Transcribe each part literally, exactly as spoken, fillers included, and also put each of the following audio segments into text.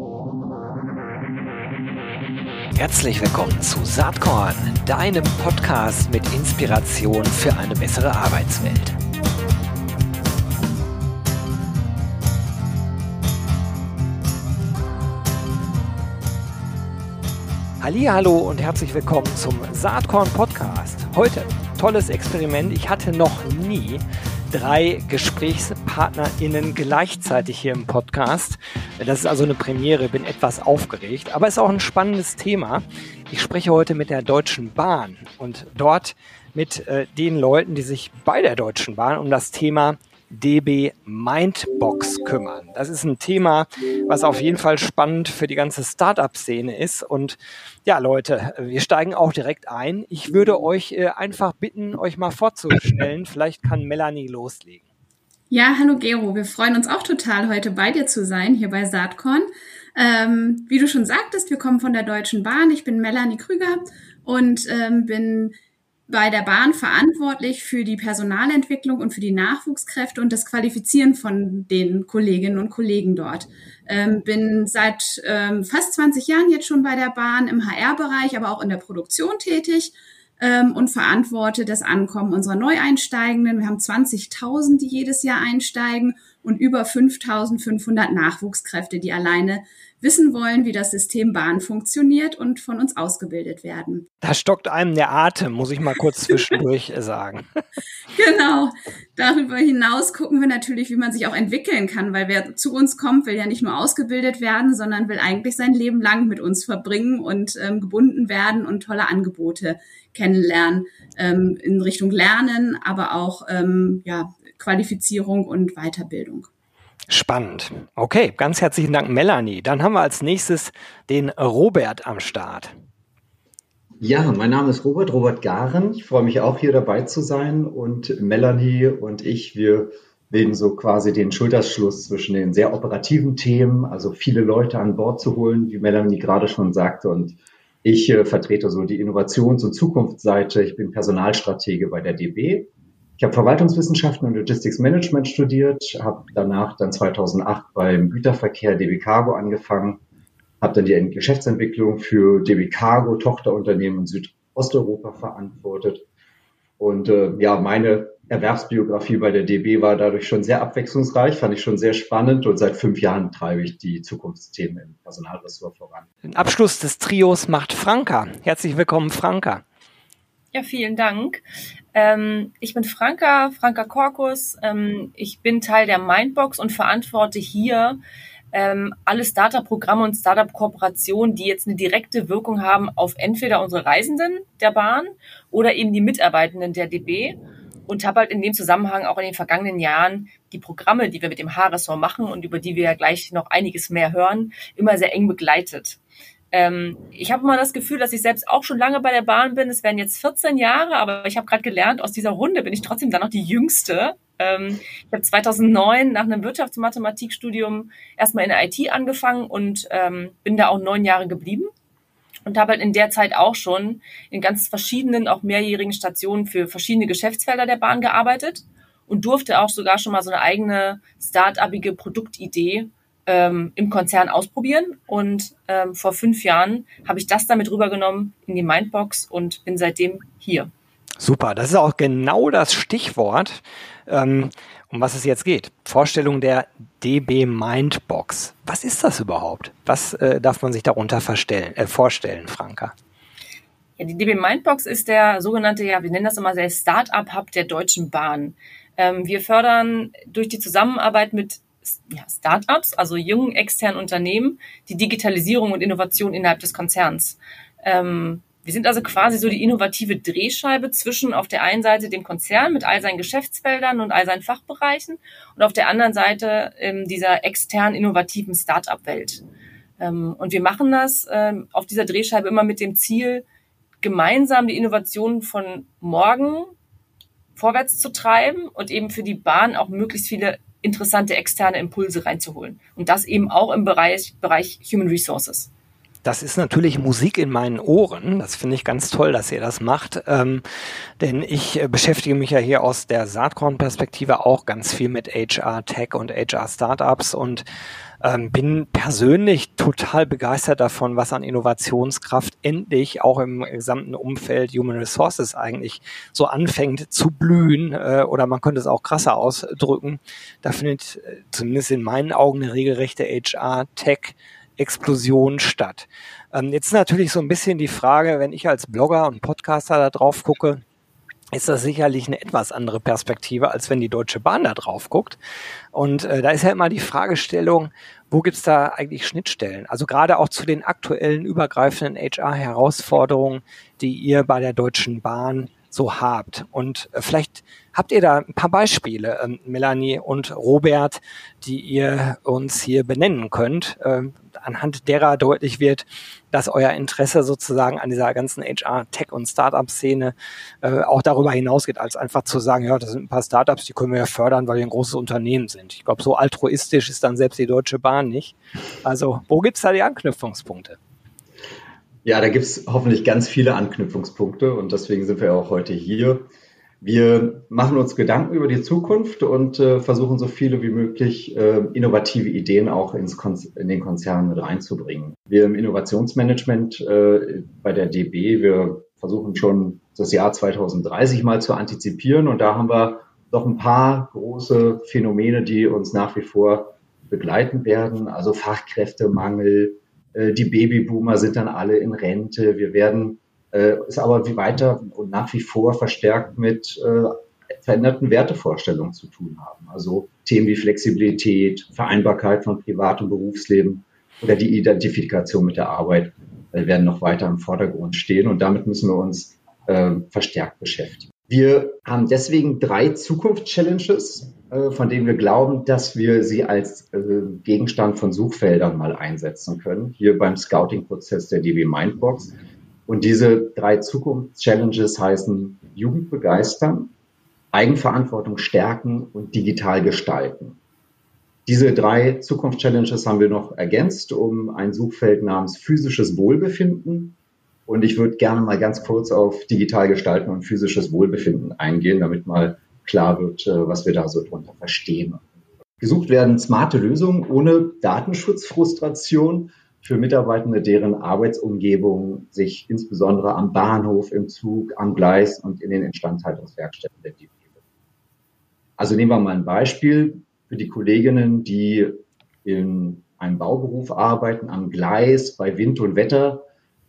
Herzlich willkommen zu Saatkorn, deinem Podcast mit Inspiration für eine bessere Arbeitswelt. Hallihallo und herzlich willkommen zum Saatkorn Podcast. Heute tolles Experiment. Ich hatte noch nie drei GesprächspartnerInnen gleichzeitig hier im Podcast. Das ist also eine Premiere, bin etwas aufgeregt, aber es ist auch ein spannendes Thema. Ich spreche heute mit der Deutschen Bahn und dort mit äh, den Leuten, die sich bei der Deutschen Bahn um das Thema D B Mindbox kümmern. Das ist ein Thema, was auf jeden Fall spannend für die ganze Startup-Szene ist. Und ja, Leute, wir steigen auch direkt ein. Ich würde euch äh, einfach bitten, euch mal vorzustellen. Vielleicht kann Melanie loslegen. Ja, hallo Gero. Wir freuen uns auch total, heute bei dir zu sein, hier bei Saatkorn. Ähm, wie du schon sagtest, wir kommen von der Deutschen Bahn. Ich bin Melanie Krüger und ähm, bin bei der Bahn verantwortlich für die Personalentwicklung und für die Nachwuchskräfte und das Qualifizieren von den Kolleginnen und Kollegen dort. Ähm, bin seit ähm, fast zwanzig Jahren jetzt schon bei der Bahn im H R-Bereich, aber auch in der Produktion tätig ähm, und verantworte das Ankommen unserer Neueinsteigenden. Wir haben zwanzigtausend, die jedes Jahr einsteigen und über fünftausendfünfhundert Nachwuchskräfte, die alleine wissen wollen, wie das System Bahn funktioniert und von uns ausgebildet werden. Da stockt einem der Atem, muss ich mal kurz zwischendurch sagen. Genau. Darüber hinaus gucken wir natürlich, wie man sich auch entwickeln kann, weil wer zu uns kommt, will ja nicht nur ausgebildet werden, sondern will eigentlich sein Leben lang mit uns verbringen und ähm, gebunden werden und tolle Angebote kennenlernen ähm, in Richtung Lernen, aber auch ähm, ja, Qualifizierung und Weiterbildung. Spannend. Okay, ganz herzlichen Dank, Melanie. Dann haben wir als nächstes den Robert am Start. Ja, mein Name ist Robert, Robert Garen. Ich freue mich auch, hier dabei zu sein. Und Melanie und ich, wir bilden so quasi den Schulterschluss zwischen den sehr operativen Themen, also viele Leute an Bord zu holen, wie Melanie gerade schon sagte. Und ich äh, vertrete so die Innovations- und Zukunftsseite. Ich bin Personalstratege bei der D B. Ich habe Verwaltungswissenschaften und Logistics Management studiert, habe danach dann zweitausendacht beim Güterverkehr D B Cargo angefangen, habe dann die Geschäftsentwicklung für D B Cargo, Tochterunternehmen in Südosteuropa verantwortet. Und äh, ja, meine Erwerbsbiografie bei der D B war dadurch schon sehr abwechslungsreich, fand ich schon sehr spannend und seit fünf Jahren treibe ich die Zukunftsthemen im Personalressort voran. Den Abschluss des Trios macht Franka. Herzlich willkommen, Franka. Ja, vielen Dank. Ähm, ich bin Franka, Franka Korkus. Ähm, ich bin Teil der Mindbox und verantworte hier ähm, alle Startup-Programme und Startup-Kooperationen, die jetzt eine direkte Wirkung haben auf entweder unsere Reisenden der Bahn oder eben die Mitarbeitenden der D B. Und habe halt in dem Zusammenhang auch in den vergangenen Jahren die Programme, die wir mit dem H-Ressort machen und über die wir ja gleich noch einiges mehr hören, immer sehr eng begleitet. Ähm, ich habe immer das Gefühl, dass ich selbst auch schon lange bei der Bahn bin. Es werden jetzt vierzehn Jahre, aber ich habe gerade gelernt, aus dieser Runde bin ich trotzdem dann noch die Jüngste. Ähm, ich habe zweitausendneun nach einem Wirtschaftsmathematikstudium erstmal in der I T angefangen und ähm, bin da auch neun Jahre geblieben und habe halt in der Zeit auch schon in ganz verschiedenen, auch mehrjährigen Stationen für verschiedene Geschäftsfelder der Bahn gearbeitet und durfte auch sogar schon mal so eine eigene start-upige Produktidee Ähm, im Konzern ausprobieren und ähm, vor fünf Jahren habe ich das damit rübergenommen in die Mindbox und bin seitdem hier. Super, das ist auch genau das Stichwort, ähm, um was es jetzt geht. Vorstellung der D B Mindbox. Was ist das überhaupt? Was äh, darf man sich darunter verstellen, äh, vorstellen, Franka? Ja, die D B Mindbox ist der sogenannte, ja, wir nennen das immer der Start-up-Hub der Deutschen Bahn. Ähm, wir fördern durch die Zusammenarbeit mit Ja, Startups, also jungen externen Unternehmen, die Digitalisierung und Innovation innerhalb des Konzerns. Ähm, wir sind also quasi so die innovative Drehscheibe zwischen auf der einen Seite dem Konzern mit all seinen Geschäftsfeldern und all seinen Fachbereichen und auf der anderen Seite ähm, dieser externen innovativen Startup-Welt. Ähm, und wir machen das ähm, auf dieser Drehscheibe immer mit dem Ziel, gemeinsam die Innovationen von morgen vorwärts zu treiben und eben für die Bahn auch möglichst viele interessante externe Impulse reinzuholen. Und das eben auch im Bereich, Bereich Human Resources. das ist natürlich Musik in meinen Ohren. Das finde ich ganz toll, dass ihr das macht. Ähm, denn ich äh, beschäftige mich ja hier aus der Saatkorn-Perspektive auch ganz viel mit H R-Tech und H R-Startups und ähm, bin persönlich total begeistert davon, was an Innovationskraft endlich auch im gesamten Umfeld Human Resources eigentlich so anfängt zu blühen. Äh, oder man könnte es auch krasser ausdrücken. Da findet äh, zumindest in meinen Augen eine regelrechte H R-Tech-Explosion statt. Ähm, jetzt ist natürlich so ein bisschen die Frage, wenn ich als Blogger und Podcaster da drauf gucke, ist das sicherlich eine etwas andere Perspektive, als wenn die Deutsche Bahn da drauf guckt. Und äh, da ist ja immer die Fragestellung, wo gibt's da eigentlich Schnittstellen? Also gerade auch zu den aktuellen übergreifenden H R-Herausforderungen, die ihr bei der Deutschen Bahn so habt. Und äh, vielleicht habt ihr da ein paar Beispiele, ähm, Melanie und Robert, die ihr uns hier benennen könnt, äh, anhand derer deutlich wird, dass euer Interesse sozusagen an dieser ganzen H R-Tech- und Startup-Szene äh, auch darüber hinausgeht, als einfach zu sagen, ja, das sind ein paar Startups, die können wir ja fördern, weil wir ein großes Unternehmen sind. Ich glaube, so altruistisch ist dann selbst die Deutsche Bahn nicht. Also, wo gibt's da die Anknüpfungspunkte? Ja, da gibt's hoffentlich ganz viele Anknüpfungspunkte und deswegen sind wir auch heute hier. Wir machen uns Gedanken über die Zukunft und äh, versuchen so viele wie möglich äh, innovative Ideen auch ins Kon- in den Konzern mit reinzubringen. Wir im Innovationsmanagement äh, bei der D B, wir versuchen schon das Jahr zwanzig dreißig mal zu antizipieren und da haben wir doch ein paar große Phänomene, die uns nach wie vor begleiten werden, also Fachkräftemangel, die Babyboomer sind dann alle in Rente. Wir werden äh, es aber wie weiter und nach wie vor verstärkt mit äh, veränderten Wertevorstellungen zu tun haben. Also Themen wie Flexibilität, Vereinbarkeit von Privat- und Berufsleben oder die Identifikation mit der Arbeit äh, werden noch weiter im Vordergrund stehen. Und damit müssen wir uns äh, verstärkt beschäftigen. Wir haben deswegen drei Zukunftschallenges, äh, von denen wir glauben, dass wir sie als äh, Gegenstand von Suchfeldern mal einsetzen können, hier beim Scouting-Prozess der D B Mindbox. Und diese drei Zukunftschallenges heißen Jugend begeistern, Eigenverantwortung stärken und digital gestalten. Diese drei Zukunftschallenges haben wir noch ergänzt um ein Suchfeld namens physisches Wohlbefinden. Und ich würde gerne mal ganz kurz auf digital gestalten und physisches Wohlbefinden eingehen, damit mal klar wird, was wir da so drunter verstehen. Gesucht werden smarte Lösungen ohne Datenschutzfrustration für Mitarbeitende, deren Arbeitsumgebung sich insbesondere am Bahnhof, im Zug, am Gleis und in den Instandhaltungswerkstätten der D B befindet. Also nehmen wir mal ein Beispiel für die Kolleginnen, die in einem Bauberuf arbeiten, am Gleis, bei Wind und Wetter.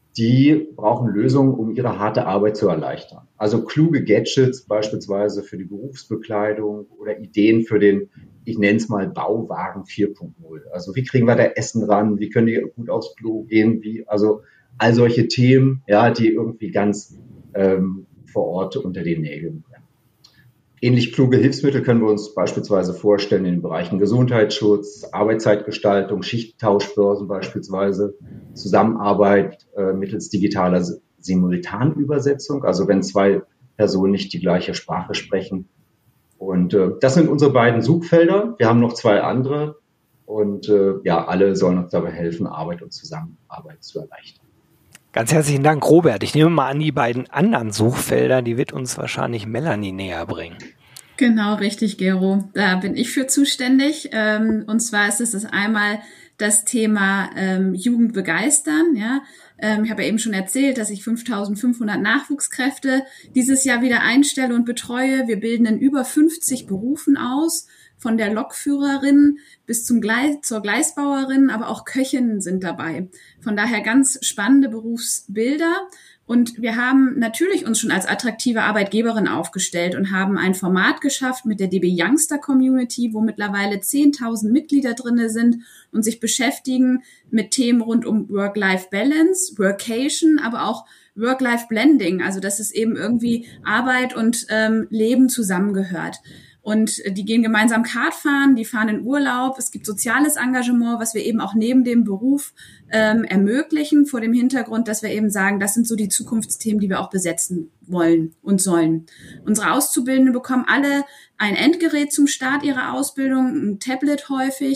Die brauchen Lösungen, um ihre harte Arbeit zu erleichtern. Also kluge Gadgets beispielsweise für die Berufsbekleidung oder Ideen für den, ich nenne es mal Bauwagen vier Punkt null. Also wie kriegen wir da Essen ran? Wie können die gut aufs Klo gehen? Wie, also all solche Themen, ja, die irgendwie ganz ähm, vor Ort unter den Nägeln brennen. Ähnlich kluge Hilfsmittel können wir uns beispielsweise vorstellen in den Bereichen Gesundheitsschutz, Arbeitszeitgestaltung, Schichttauschbörsen beispielsweise, Zusammenarbeit äh, mittels digitaler Simultanübersetzung, also wenn zwei Personen nicht die gleiche Sprache sprechen. Und äh, das sind unsere beiden Suchfelder. Wir haben noch zwei andere und äh, ja, alle sollen uns dabei helfen, Arbeit und Zusammenarbeit zu erleichtern. Ganz herzlichen Dank, Robert. Ich nehme mal an, die beiden anderen Suchfelder, die wird uns wahrscheinlich Melanie näher bringen. Genau, richtig, Gero. Da bin ich für zuständig. Und zwar ist es das einmal das Thema Jugend begeistern. Ja, ich habe ja eben schon erzählt, dass ich fünftausendfünfhundert Nachwuchskräfte dieses Jahr wieder einstelle und betreue. Wir bilden in über fünfzig Berufen aus, von der Lokführerin bis zum Gleis, zur Gleisbauerin, aber auch Köchinnen sind dabei. Von daher ganz spannende Berufsbilder. Und wir haben natürlich uns schon als attraktive Arbeitgeberin aufgestellt und haben ein Format geschafft mit der D B Youngster Community, wo mittlerweile zehntausend Mitglieder drinne sind und sich beschäftigen mit Themen rund um Work-Life-Balance, Workation, aber auch Work-Life-Blending, also dass es eben irgendwie Arbeit und ähm, Leben zusammengehört. Und die gehen gemeinsam Kart fahren, die fahren in Urlaub. Es gibt soziales Engagement, was wir eben auch neben dem Beruf ähm, ermöglichen, vor dem Hintergrund, dass wir eben sagen, das sind so die Zukunftsthemen, die wir auch besetzen wollen und sollen. Unsere Auszubildenden bekommen alle ein Endgerät zum Start ihrer Ausbildung, ein Tablet häufig,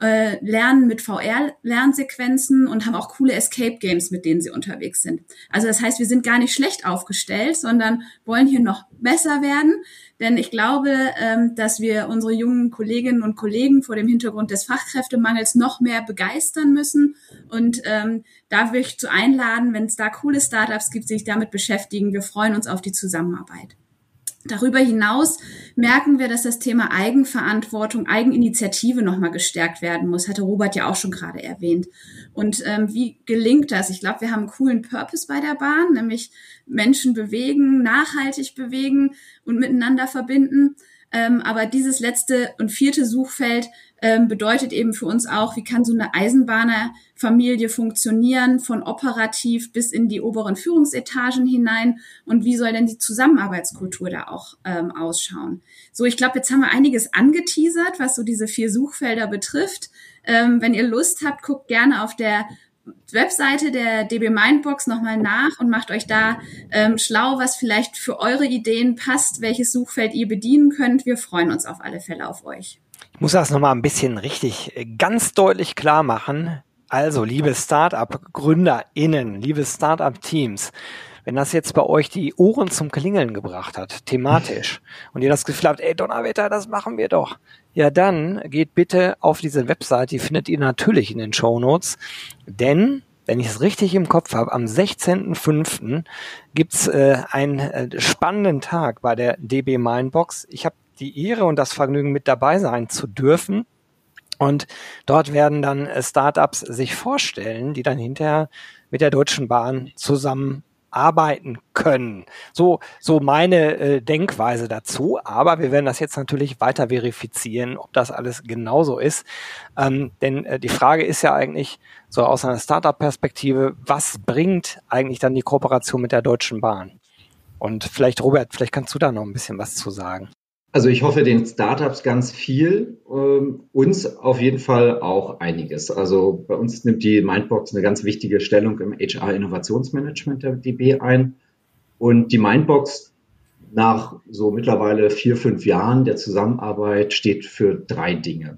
äh, lernen mit V R-Lernsequenzen und haben auch coole Escape-Games, mit denen sie unterwegs sind. Also das heißt, wir sind gar nicht schlecht aufgestellt, sondern wollen hier noch besser werden. Denn ich glaube, ähm, dass wir unsere jungen Kolleginnen und Kollegen vor dem Hintergrund des Fachkräftemangels noch mehr begeistern müssen. Und ähm, da will ich zu einladen, wenn es da coole Startups gibt, sich damit beschäftigen. Wir freuen uns auf die Zusammenarbeit. Darüber hinaus merken wir, dass das Thema Eigenverantwortung, Eigeninitiative nochmal gestärkt werden muss. Hatte Robert ja auch schon gerade erwähnt. Und ähm, wie gelingt das? Ich glaube, wir haben einen coolen Purpose bei der Bahn, nämlich Menschen bewegen, nachhaltig bewegen und miteinander verbinden. Ähm, aber dieses letzte und vierte Suchfeld ähm, bedeutet eben für uns auch, wie kann so eine Eisenbahnerfamilie funktionieren, von operativ bis in die oberen Führungsetagen hinein, und wie soll denn die Zusammenarbeitskultur da auch ähm, ausschauen? So, ich glaube, jetzt haben wir einiges angeteasert, was so diese vier Suchfelder betrifft. Ähm, wenn ihr Lust habt, guckt gerne auf der Webseite der D B Mindbox nochmal nach und macht euch da ähm, schlau, was vielleicht für eure Ideen passt, welches Suchfeld ihr bedienen könnt. Wir freuen uns auf alle Fälle auf euch. Ich muss das nochmal ein bisschen richtig äh, ganz deutlich klar machen. Also, liebe Startup-GründerInnen, liebe Startup-Teams, wenn das jetzt bei euch die Ohren zum Klingeln gebracht hat, thematisch, und ihr das Gefühl habt, ey Donnerwetter, das machen wir doch, ja dann geht bitte auf diese Website, die findet ihr natürlich in den Shownotes, denn, wenn ich es richtig im Kopf habe, am sechzehnten fünften gibt's äh, einen äh, spannenden Tag bei der D B Mindbox. Ich habe die Ehre und das Vergnügen, mit dabei sein zu dürfen. Und dort werden dann äh, Startups sich vorstellen, die dann hinterher mit der Deutschen Bahn zusammen arbeiten können. So, so meine äh, Denkweise dazu. Aber wir werden das jetzt natürlich weiter verifizieren, ob das alles genauso ist. Ähm, denn äh, die Frage ist ja eigentlich so aus einer Startup-Perspektive, was bringt eigentlich dann die Kooperation mit der Deutschen Bahn? Und vielleicht, Robert, vielleicht kannst du da noch ein bisschen was zu sagen. Also ich hoffe den Startups ganz viel, ähm, uns auf jeden Fall auch einiges. Also bei uns nimmt die Mindbox eine ganz wichtige Stellung im H R-Innovationsmanagement der D B ein. Und die Mindbox nach so mittlerweile vier, fünf Jahren der Zusammenarbeit steht für drei Dinge.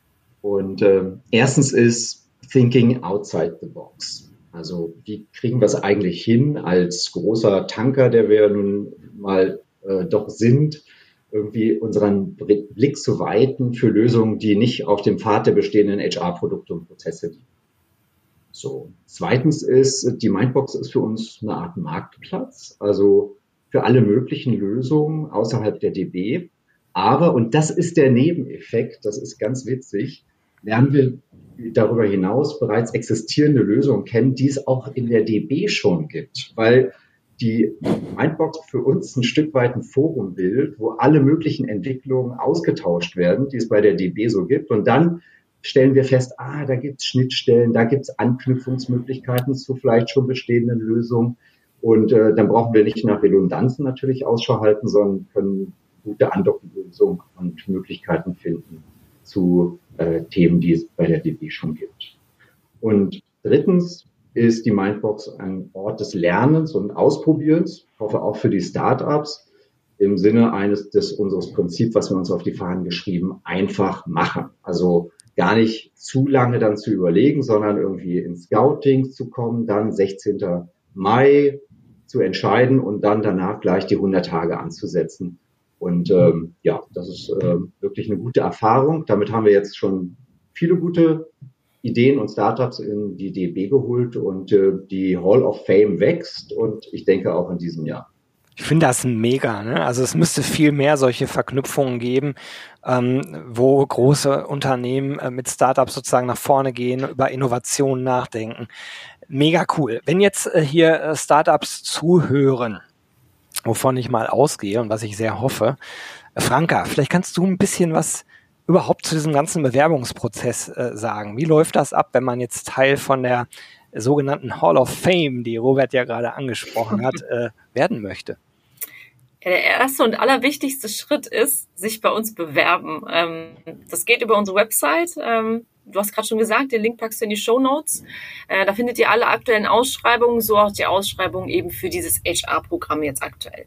Und äh, erstens ist Thinking outside the box. Also wie kriegen wir es eigentlich hin, als großer Tanker, der wir nun mal äh, doch sind, irgendwie unseren Blick zu weiten für Lösungen, die nicht auf dem Pfad der bestehenden H R-Produkte und Prozesse liegen. So. Zweitens ist, die Mindbox ist für uns eine Art Marktplatz, also für alle möglichen Lösungen außerhalb der D B. Aber, und das ist der Nebeneffekt, das ist ganz witzig, lernen wir darüber hinaus bereits existierende Lösungen kennen, die es auch in der D B schon gibt, weil die Mindbox für uns ein Stück weit ein Forum bildet, wo alle möglichen Entwicklungen ausgetauscht werden, die es bei der D B so gibt. Und dann stellen wir fest, ah, da gibt es Schnittstellen, da gibt es Anknüpfungsmöglichkeiten zu vielleicht schon bestehenden Lösungen. Und äh, dann brauchen wir nicht nach Redundanzen natürlich Ausschau halten, sondern können gute Andocklösungen und Möglichkeiten finden zu äh, Themen, die es bei der D B schon gibt. Und drittens ist die Mindbox ein Ort des Lernens und Ausprobierens, ich hoffe auch für die Startups, im Sinne eines des unseres Prinzips, was wir uns auf die Fahnen geschrieben, einfach machen. Also gar nicht zu lange dann zu überlegen, sondern irgendwie ins Scouting zu kommen, dann sechzehnten Mai zu entscheiden und dann danach gleich die hundert Tage anzusetzen. Und ähm, ja, das ist äh, wirklich eine gute Erfahrung. Damit haben wir jetzt schon viele gute Ideen und Startups in die D B geholt und äh, die Hall of Fame wächst und ich denke auch in diesem Jahr. Ich finde das mega, ne? Also es müsste viel mehr solche Verknüpfungen geben, ähm, wo große Unternehmen äh, mit Startups sozusagen nach vorne gehen, über Innovationen nachdenken. Mega cool. Wenn jetzt äh, hier äh, Startups zuhören, wovon ich mal ausgehe und was ich sehr hoffe, äh, Franka, vielleicht kannst du ein bisschen was überhaupt zu diesem ganzen Bewerbungsprozess äh, sagen? Wie läuft das ab, wenn man jetzt Teil von der äh, sogenannten Hall of Fame, die Robert ja gerade angesprochen hat, äh, werden möchte? Ja, der erste und allerwichtigste Schritt ist, sich bei uns bewerben. Ähm, das geht über unsere Website. Ähm, du hast gerade schon gesagt, den Link packst du in die Shownotes. Äh, da findet ihr alle aktuellen Ausschreibungen, so auch die Ausschreibung eben für dieses H R-Programm jetzt aktuell.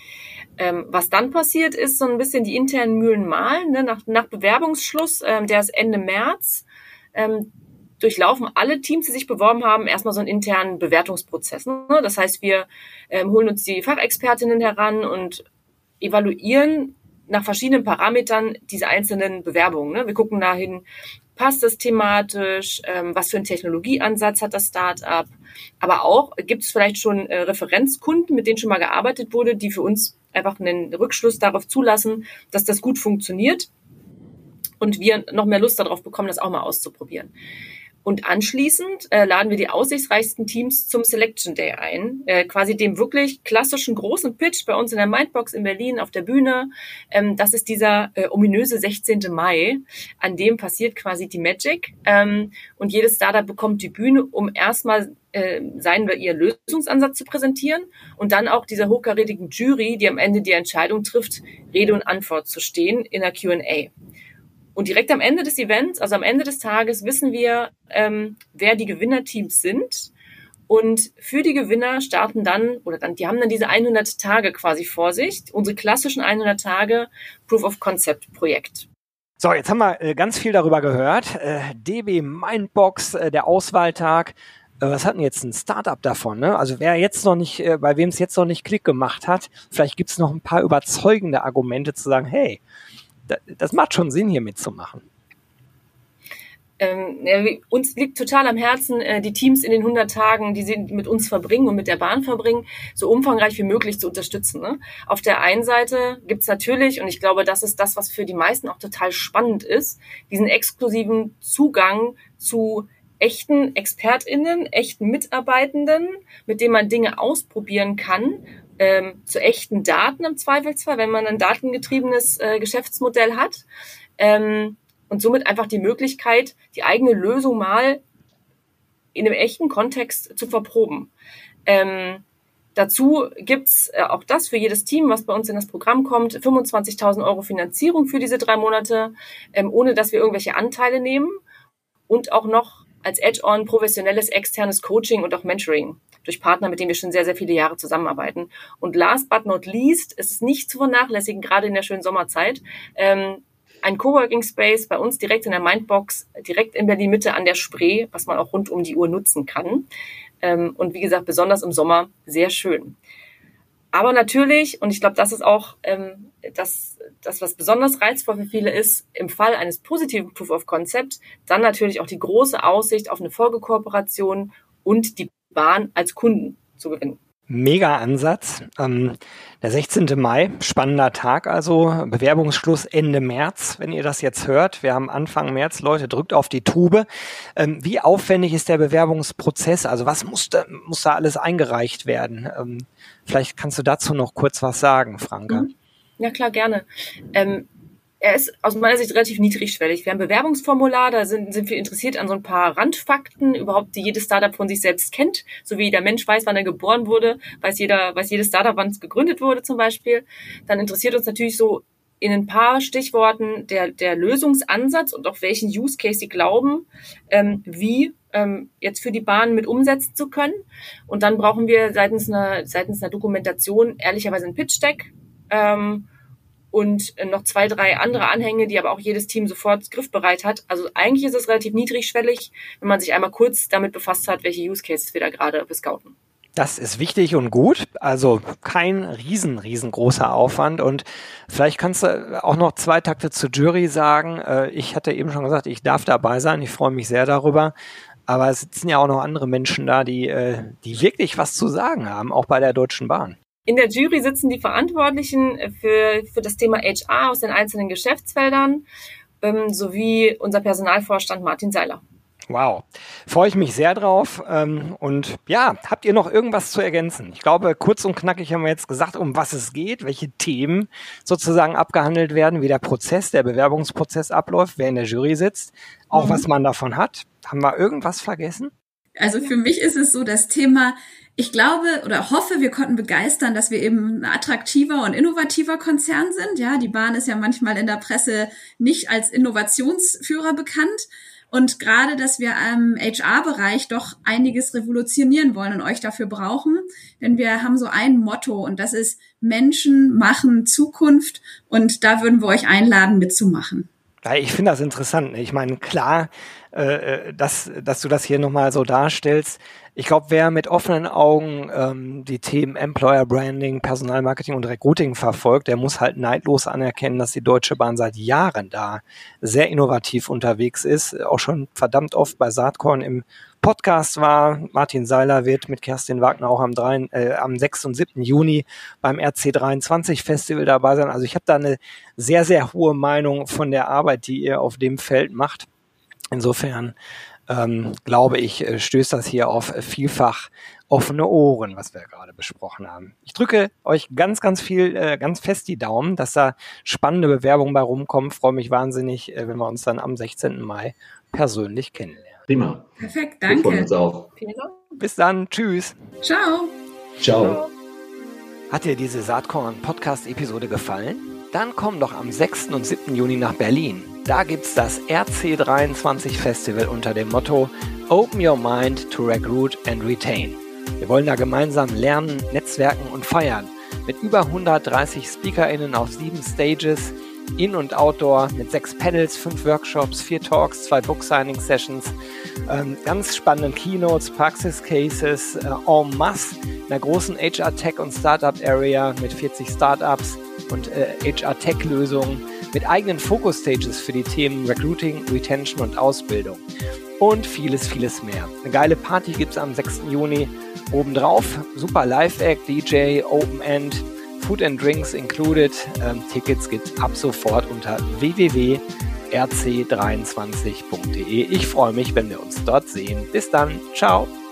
Ähm, was dann passiert, ist so ein bisschen die internen Mühlen mahlen. Ne? Nach, nach Bewerbungsschluss, ähm, der ist Ende März, ähm, durchlaufen alle Teams, die sich beworben haben, erstmal so einen internen Bewertungsprozess. Ne? Das heißt, wir ähm, holen uns die Fachexpertinnen heran und evaluieren nach verschiedenen Parametern diese einzelnen Bewerbungen. Ne? Wir gucken dahin, passt es thematisch, ähm, was für einen Technologieansatz hat das Startup, aber auch gibt es vielleicht schon äh, Referenzkunden, mit denen schon mal gearbeitet wurde, die für uns einfach einen Rückschluss darauf zulassen, dass das gut funktioniert und wir noch mehr Lust darauf bekommen, das auch mal auszuprobieren. Und anschließend äh, laden wir die aussichtsreichsten Teams zum Selection Day ein, äh, quasi dem wirklich klassischen großen Pitch bei uns in der Mindbox in Berlin auf der Bühne. Ähm, das ist dieser äh, ominöse sechzehnten Mai, an dem passiert quasi die Magic. Ähm, und jedes Startup bekommt die Bühne, um erstmal äh, seinen oder ihren Lösungsansatz zu präsentieren und dann auch dieser hochkarätigen Jury, die am Ende die Entscheidung trifft, Rede und Antwort zu stehen in der Q and A. Und direkt am Ende des Events, also am Ende des Tages, wissen wir, ähm, wer die Gewinnerteams sind. Und für die Gewinner starten dann, oder dann, die haben dann diese hundert Tage quasi vor sich, unsere klassischen hundert Tage Proof-of-Concept-Projekt. So, jetzt haben wir äh, ganz viel darüber gehört. Äh, D B Mindbox, äh, der Auswahltag. Äh, was hat denn jetzt ein Startup davon? Ne? Also wer jetzt noch nicht, äh, bei wem es jetzt noch nicht Klick gemacht hat, vielleicht gibt es noch ein paar überzeugende Argumente zu sagen, hey, das macht schon Sinn, hier mitzumachen. Ähm, ja, uns liegt total am Herzen, äh, die Teams in den hundert Tagen, die sie mit uns verbringen und mit der Bahn verbringen, so umfangreich wie möglich zu unterstützen. Ne? Auf der einen Seite gibt's natürlich, und ich glaube, das ist das, was für die meisten auch total spannend ist, diesen exklusiven Zugang zu echten ExpertInnen, echten Mitarbeitenden, mit denen man Dinge ausprobieren kann, ähm, zu echten Daten im Zweifelsfall, wenn man ein datengetriebenes äh, Geschäftsmodell hat, ähm, und somit einfach die Möglichkeit, die eigene Lösung mal in einem echten Kontext zu verproben. Ähm, dazu gibt's äh, auch das für jedes Team, was bei uns in das Programm kommt, fünfundzwanzigtausend Euro Finanzierung für diese drei Monate, ähm, ohne dass wir irgendwelche Anteile nehmen und auch noch als Add-on professionelles externes Coaching und auch Mentoring durch Partner, mit denen wir schon sehr, sehr viele Jahre zusammenarbeiten. Und last but not least, ist es nicht zu vernachlässigen, gerade in der schönen Sommerzeit, ähm, ein Coworking Space bei uns direkt in der Mindbox, direkt in Berlin-Mitte an der Spree, was man auch rund um die Uhr nutzen kann. Ähm, und wie gesagt, besonders im Sommer sehr schön. Aber natürlich, und ich glaube, das ist auch ähm, das, das, was besonders reizvoll für viele ist, im Fall eines positiven Proof of Concept, dann natürlich auch die große Aussicht auf eine Folgekooperation und die Bahn als Kunden zu gewinnen. Mega Ansatz. Ähm, der sechzehnten Mai, spannender Tag also, Bewerbungsschluss Ende März, wenn ihr das jetzt hört. Wir haben Anfang März, Leute, drückt auf die Tube. Ähm, wie aufwendig ist der Bewerbungsprozess? Also was muss da, muss da alles eingereicht werden? Ähm, vielleicht kannst du dazu noch kurz was sagen, Franka. Ja, klar, gerne. Ähm, Er ist aus meiner Sicht relativ niedrigschwellig. Wir haben ein Bewerbungsformular, da sind, sind wir interessiert an so ein paar Randfakten, überhaupt, die jedes Startup von sich selbst kennt. So wie der Mensch weiß, wann er geboren wurde, weiß jeder, weiß jedes Startup, wann es gegründet wurde zum Beispiel. Dann interessiert uns natürlich so in ein paar Stichworten der, der Lösungsansatz und auch welchen Use Case sie glauben, ähm, wie ähm, jetzt für die Bahn mit umsetzen zu können. Und dann brauchen wir seitens einer, seitens einer Dokumentation ehrlicherweise ein Pitch-Deck, ähm, und noch zwei, drei andere Anhänge, die aber auch jedes Team sofort griffbereit hat. Also eigentlich ist es relativ niedrigschwellig, wenn man sich einmal kurz damit befasst hat, welche Use Cases wir da gerade bescouten. Das ist wichtig und gut, also kein riesen, riesengroßer Aufwand und vielleicht kannst du auch noch zwei Takte zur Jury sagen. Ich hatte eben schon gesagt, ich darf dabei sein, ich freue mich sehr darüber, aber es sitzen ja auch noch andere Menschen da, die, die wirklich was zu sagen haben, auch bei der Deutschen Bahn. In der Jury sitzen die Verantwortlichen für, für das Thema H R aus den einzelnen Geschäftsfeldern, ähm, sowie unser Personalvorstand Martin Seiler. Wow, freue ich mich sehr drauf. Ähm, und ja, habt ihr noch irgendwas zu ergänzen? Ich glaube, kurz und knackig haben wir jetzt gesagt, um was es geht, welche Themen sozusagen abgehandelt werden, wie der Prozess, der Bewerbungsprozess abläuft, wer in der Jury sitzt, auch mhm. was man davon hat. Haben wir irgendwas vergessen? Also für mich ist es so das Thema, ich glaube oder hoffe, wir konnten begeistern, dass wir eben ein attraktiver und innovativer Konzern sind. Ja, die Bahn ist ja manchmal in der Presse nicht als Innovationsführer bekannt. Und gerade, dass wir im H R-Bereich doch einiges revolutionieren wollen und euch dafür brauchen. Denn wir haben so ein Motto und das ist Menschen machen Zukunft. Und da würden wir euch einladen, mitzumachen. Ich finde das interessant. Ich meine, klar, äh, dass, dass du das hier nochmal so darstellst. Ich glaube, wer mit offenen Augen ähm, die Themen Employer Branding, Personalmarketing und Recruiting verfolgt, der muss halt neidlos anerkennen, dass die Deutsche Bahn seit Jahren da sehr innovativ unterwegs ist. Auch schon verdammt oft bei Saatkorn im Podcast war. Martin Seiler wird mit Kerstin Wagner auch am, drei, äh, am sechsten und siebten Juni beim R C dreiundzwanzig Festival dabei sein. Also ich habe da eine sehr, sehr hohe Meinung von der Arbeit, die ihr auf dem Feld macht. Insofern ähm, glaube ich, stößt das hier auf vielfach offene Ohren, was wir gerade besprochen haben. Ich drücke euch ganz, ganz viel, äh, ganz fest die Daumen, dass da spannende Bewerbungen bei rumkommen. Freue mich wahnsinnig, äh, wenn wir uns dann am sechzehnten Mai persönlich kennenlernen. Prima. Perfekt, danke. Wir freuen uns auch. Bis dann, tschüss. Ciao. Ciao. Hat dir diese Saatkorn-Podcast-Episode gefallen? Dann komm doch am sechsten und siebten Juni nach Berlin. Da gibt's das R C dreiundzwanzig Festival unter dem Motto Open Your Mind to Recruit and Retain. Wir wollen da gemeinsam lernen, netzwerken und feiern. Mit über hundertdreißig SpeakerInnen auf sieben Stages, In- und Outdoor, mit sechs Panels, fünf Workshops, vier Talks, zwei Book-Signing-Sessions, ähm, ganz spannenden Keynotes, Praxis-Cases, äh, en masse, einer großen H R-Tech- und Startup-Area mit vierzig Startups und äh, H R-Tech-Lösungen, mit eigenen Focus-Stages für die Themen Recruiting, Retention und Ausbildung und vieles, vieles mehr. Eine geile Party gibt's am sechsten Juni obendrauf, super Live-Act, D J, Open-End, Food and Drinks included. Ähm, Tickets gibt's ab sofort unter w w w punkt r c dreiundzwanzig punkt d e. Ich freue mich, wenn wir uns dort sehen. Bis dann. Ciao.